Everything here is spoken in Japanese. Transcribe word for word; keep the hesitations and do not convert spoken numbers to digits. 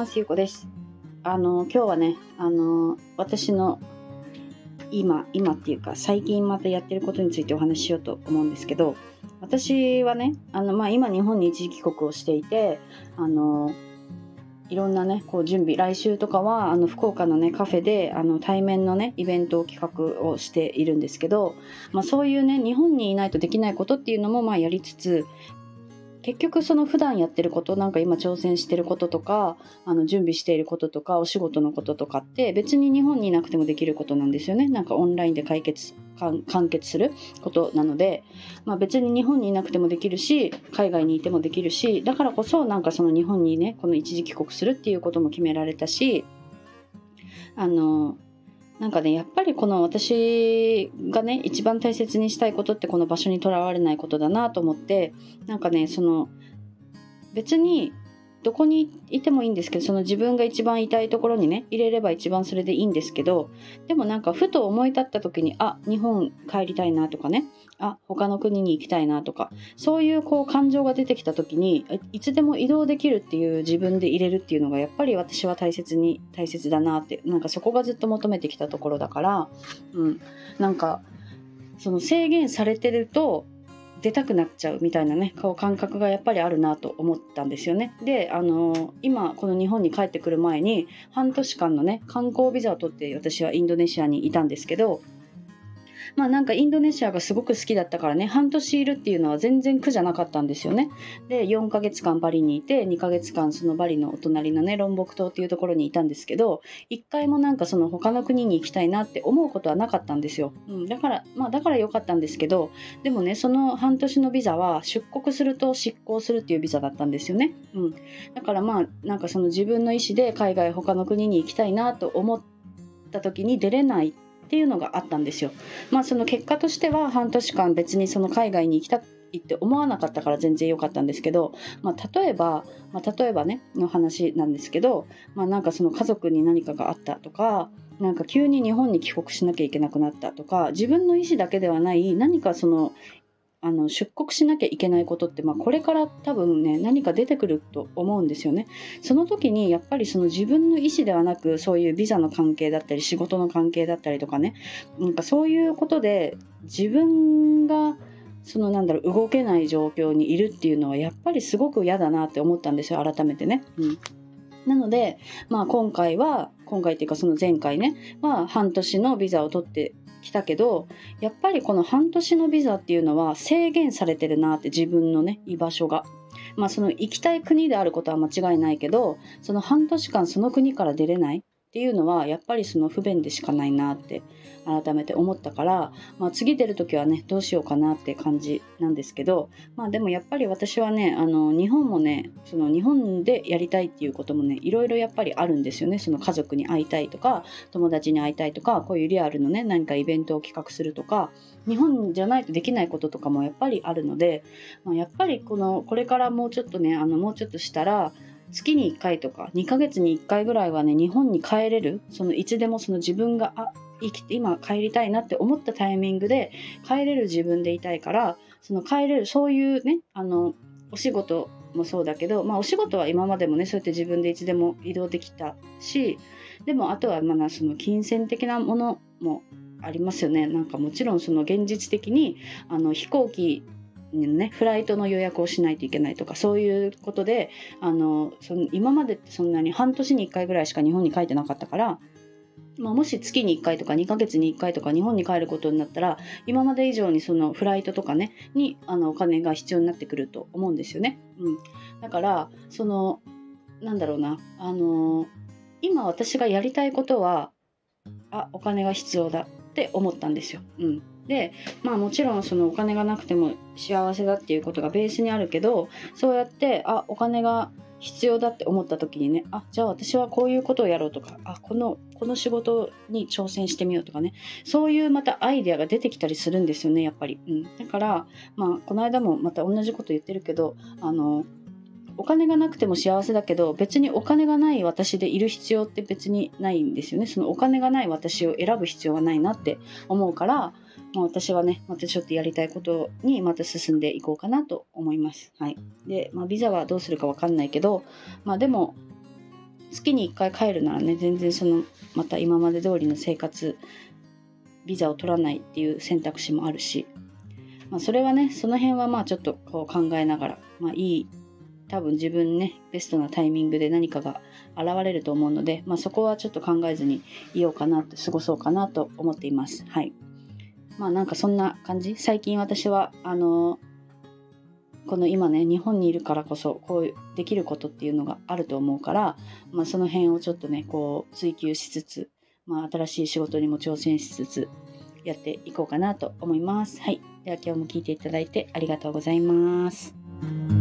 ます。ゆうこです。あの今日はね、あの私の今今っていうか最近またやってることについてお話ししようと思うんですけど、私はね、あのまあ今日本に一時帰国をしていて、あのいろんなねこう準備、来週とかはあの福岡のねカフェであの対面のねイベントを企画をしているんですけど、まあ、そういうね日本にいないとできないことっていうのもまあやりつつ、結局その普段やってること、なんか今挑戦してることとか、あの準備していることとか、お仕事のこととかって別に日本にいなくてもできることなんですよね。なんかオンラインで解決完結することなので、まあ、別に日本にいなくてもできるし、海外にいてもできるし、だからこそなんかその日本にねこの一時帰国するっていうことも決められたし、あのなんかねやっぱりこの私がね一番大切にしたいことってこの場所にとらわれないことだなと思って、なんかねその別にどこにいてもいいんですけど、その自分が一番いたいところにね入れれば一番それでいいんですけど、でもなんかふと思い立った時に、あ、日本帰りたいなとかね、あ、他の国に行きたいなとか、そういうこう感情が出てきた時にいつでも移動できるっていう自分で入れるっていうのがやっぱり私は大切に大切だなって、なんかそこがずっと求めてきたところだから、うん、なんかその制限されてると出たくなっちゃうみたいなねこう感覚がやっぱりあるなと思ったんですよね。で、あの今この日本に帰ってくる前に半年間のね観光ビザを取って私はインドネシアにいたんですけど、まあなんかインドネシアがすごく好きだったからね、半年いるっていうのは全然苦じゃなかったんですよね。でよんかげつかんバリにいて、にかげつかんそのバリのお隣のねロンボク島っていうところにいたんですけど、一回もなんかその他の国に行きたいなって思うことはなかったんですよ、うん、だからまあだから良かったんですけど、でもねその半年のビザは出国すると失効するっていうビザだったんですよね、うん、だからまあなんかその自分の意思で海外他の国に行きたいなと思った時に出れないっていうのがあったんですよ。まあその結果としては半年間別にその海外に行きたいって思わなかったから全然良かったんですけど、まあ、例えば、まあ、例えばねの話なんですけど、まあ、なんかその家族に何かがあったとか、なんか急に日本に帰国しなきゃいけなくなったとか、自分の意思だけではない何かそのあの出国しなきゃいけないことって、まあ、これから多分ね何か出てくると思うんですよね。その時にやっぱりその自分の意思ではなく、そういうビザの関係だったり仕事の関係だったりとかね、なんかそういうことで自分がそのなんだろう動けない状況にいるっていうのはやっぱりすごく嫌だなって思ったんですよ、改めてね、うん、なので、まあ、今回は今回っていうかその前回ね、まあ、半年のビザを取ってきたけど、やっぱりこの半年のビザっていうのは制限されてるなって、自分のね居場所が、まあその行きたい国であることは間違いないけど、その半年間その国から出れないっていうのはやっぱりその不便でしかないなって改めて思ったから、まあ、次出る時はねどうしようかなって感じなんですけど、まあでもやっぱり私はね、あの日本もねその日本でやりたいっていうこともねいろいろやっぱりあるんですよね。その家族に会いたいとか友達に会いたいとか、こういうリアルのね何かイベントを企画するとか、日本じゃないとできないこととかもやっぱりあるので、まあ、やっぱりこのこれからもうちょっとねあのもうちょっとしたら月にいっかいとかにかげつにいっかいぐらいはね日本に帰れる、そのいつでもその自分があ生きて今帰りたいなって思ったタイミングで帰れる自分でいたいから、その帰れるそういうねあのお仕事もそうだけど、まあお仕事は今までもねそうやって自分でいつでも移動できたし、でもあとはまあその金銭的なものもありますよね。なんかもちろんその現実的にあの飛行機ね、フライトの予約をしないといけないとか、そういうことであのその今までってそんなに半年にいっかいぐらいしか日本に帰ってなかったから、まあ、もし月にいっかいとかにかげつにいっかいとか日本に帰ることになったら、今まで以上にそのフライトとかねにあのお金が必要になってくると思うんですよね、うん、だからそのなんだろうな、あの今私がやりたいことはあお金が必要だって思ったんですよ、うん、でまあもちろんそのお金がなくても幸せだっていうことがベースにあるけど、そうやってあお金が必要だって思った時にね、あじゃあ私はこういうことをやろうとか、あこのこの仕事に挑戦してみようとかね、そういうまたアイデアが出てきたりするんですよねやっぱり、うん、だからまあこの間もまた同じこと言ってるけど、あのお金がなくても幸せだけど、別にお金がない私でいる必要って別にないんですよね。そのお金がない私を選ぶ必要はないなって思うから、まあ、私はねまたちょっとやりたいことにまた進んでいこうかなと思います。はい。で、まあ、ビザはどうするかわかんないけど、まあでも月にいっかい帰るならね、全然そのまた今まで通りの生活ビザを取らないっていう選択肢もあるし、まあ、それはね、その辺はまあちょっとこう考えながら、まあいい、多分自分ね、ベストなタイミングで何かが現れると思うので、まあそこはちょっと考えずにいようかなって、過ごそうかなと思っています。はい。まあなんかそんな感じ。最近私は、あの、この今ね、日本にいるからこそ、こうできることっていうのがあると思うから、まあその辺をちょっとね、こう追求しつつ、まあ新しい仕事にも挑戦しつつ、やっていこうかなと思います。はい。では今日も聞いていただいてありがとうございます。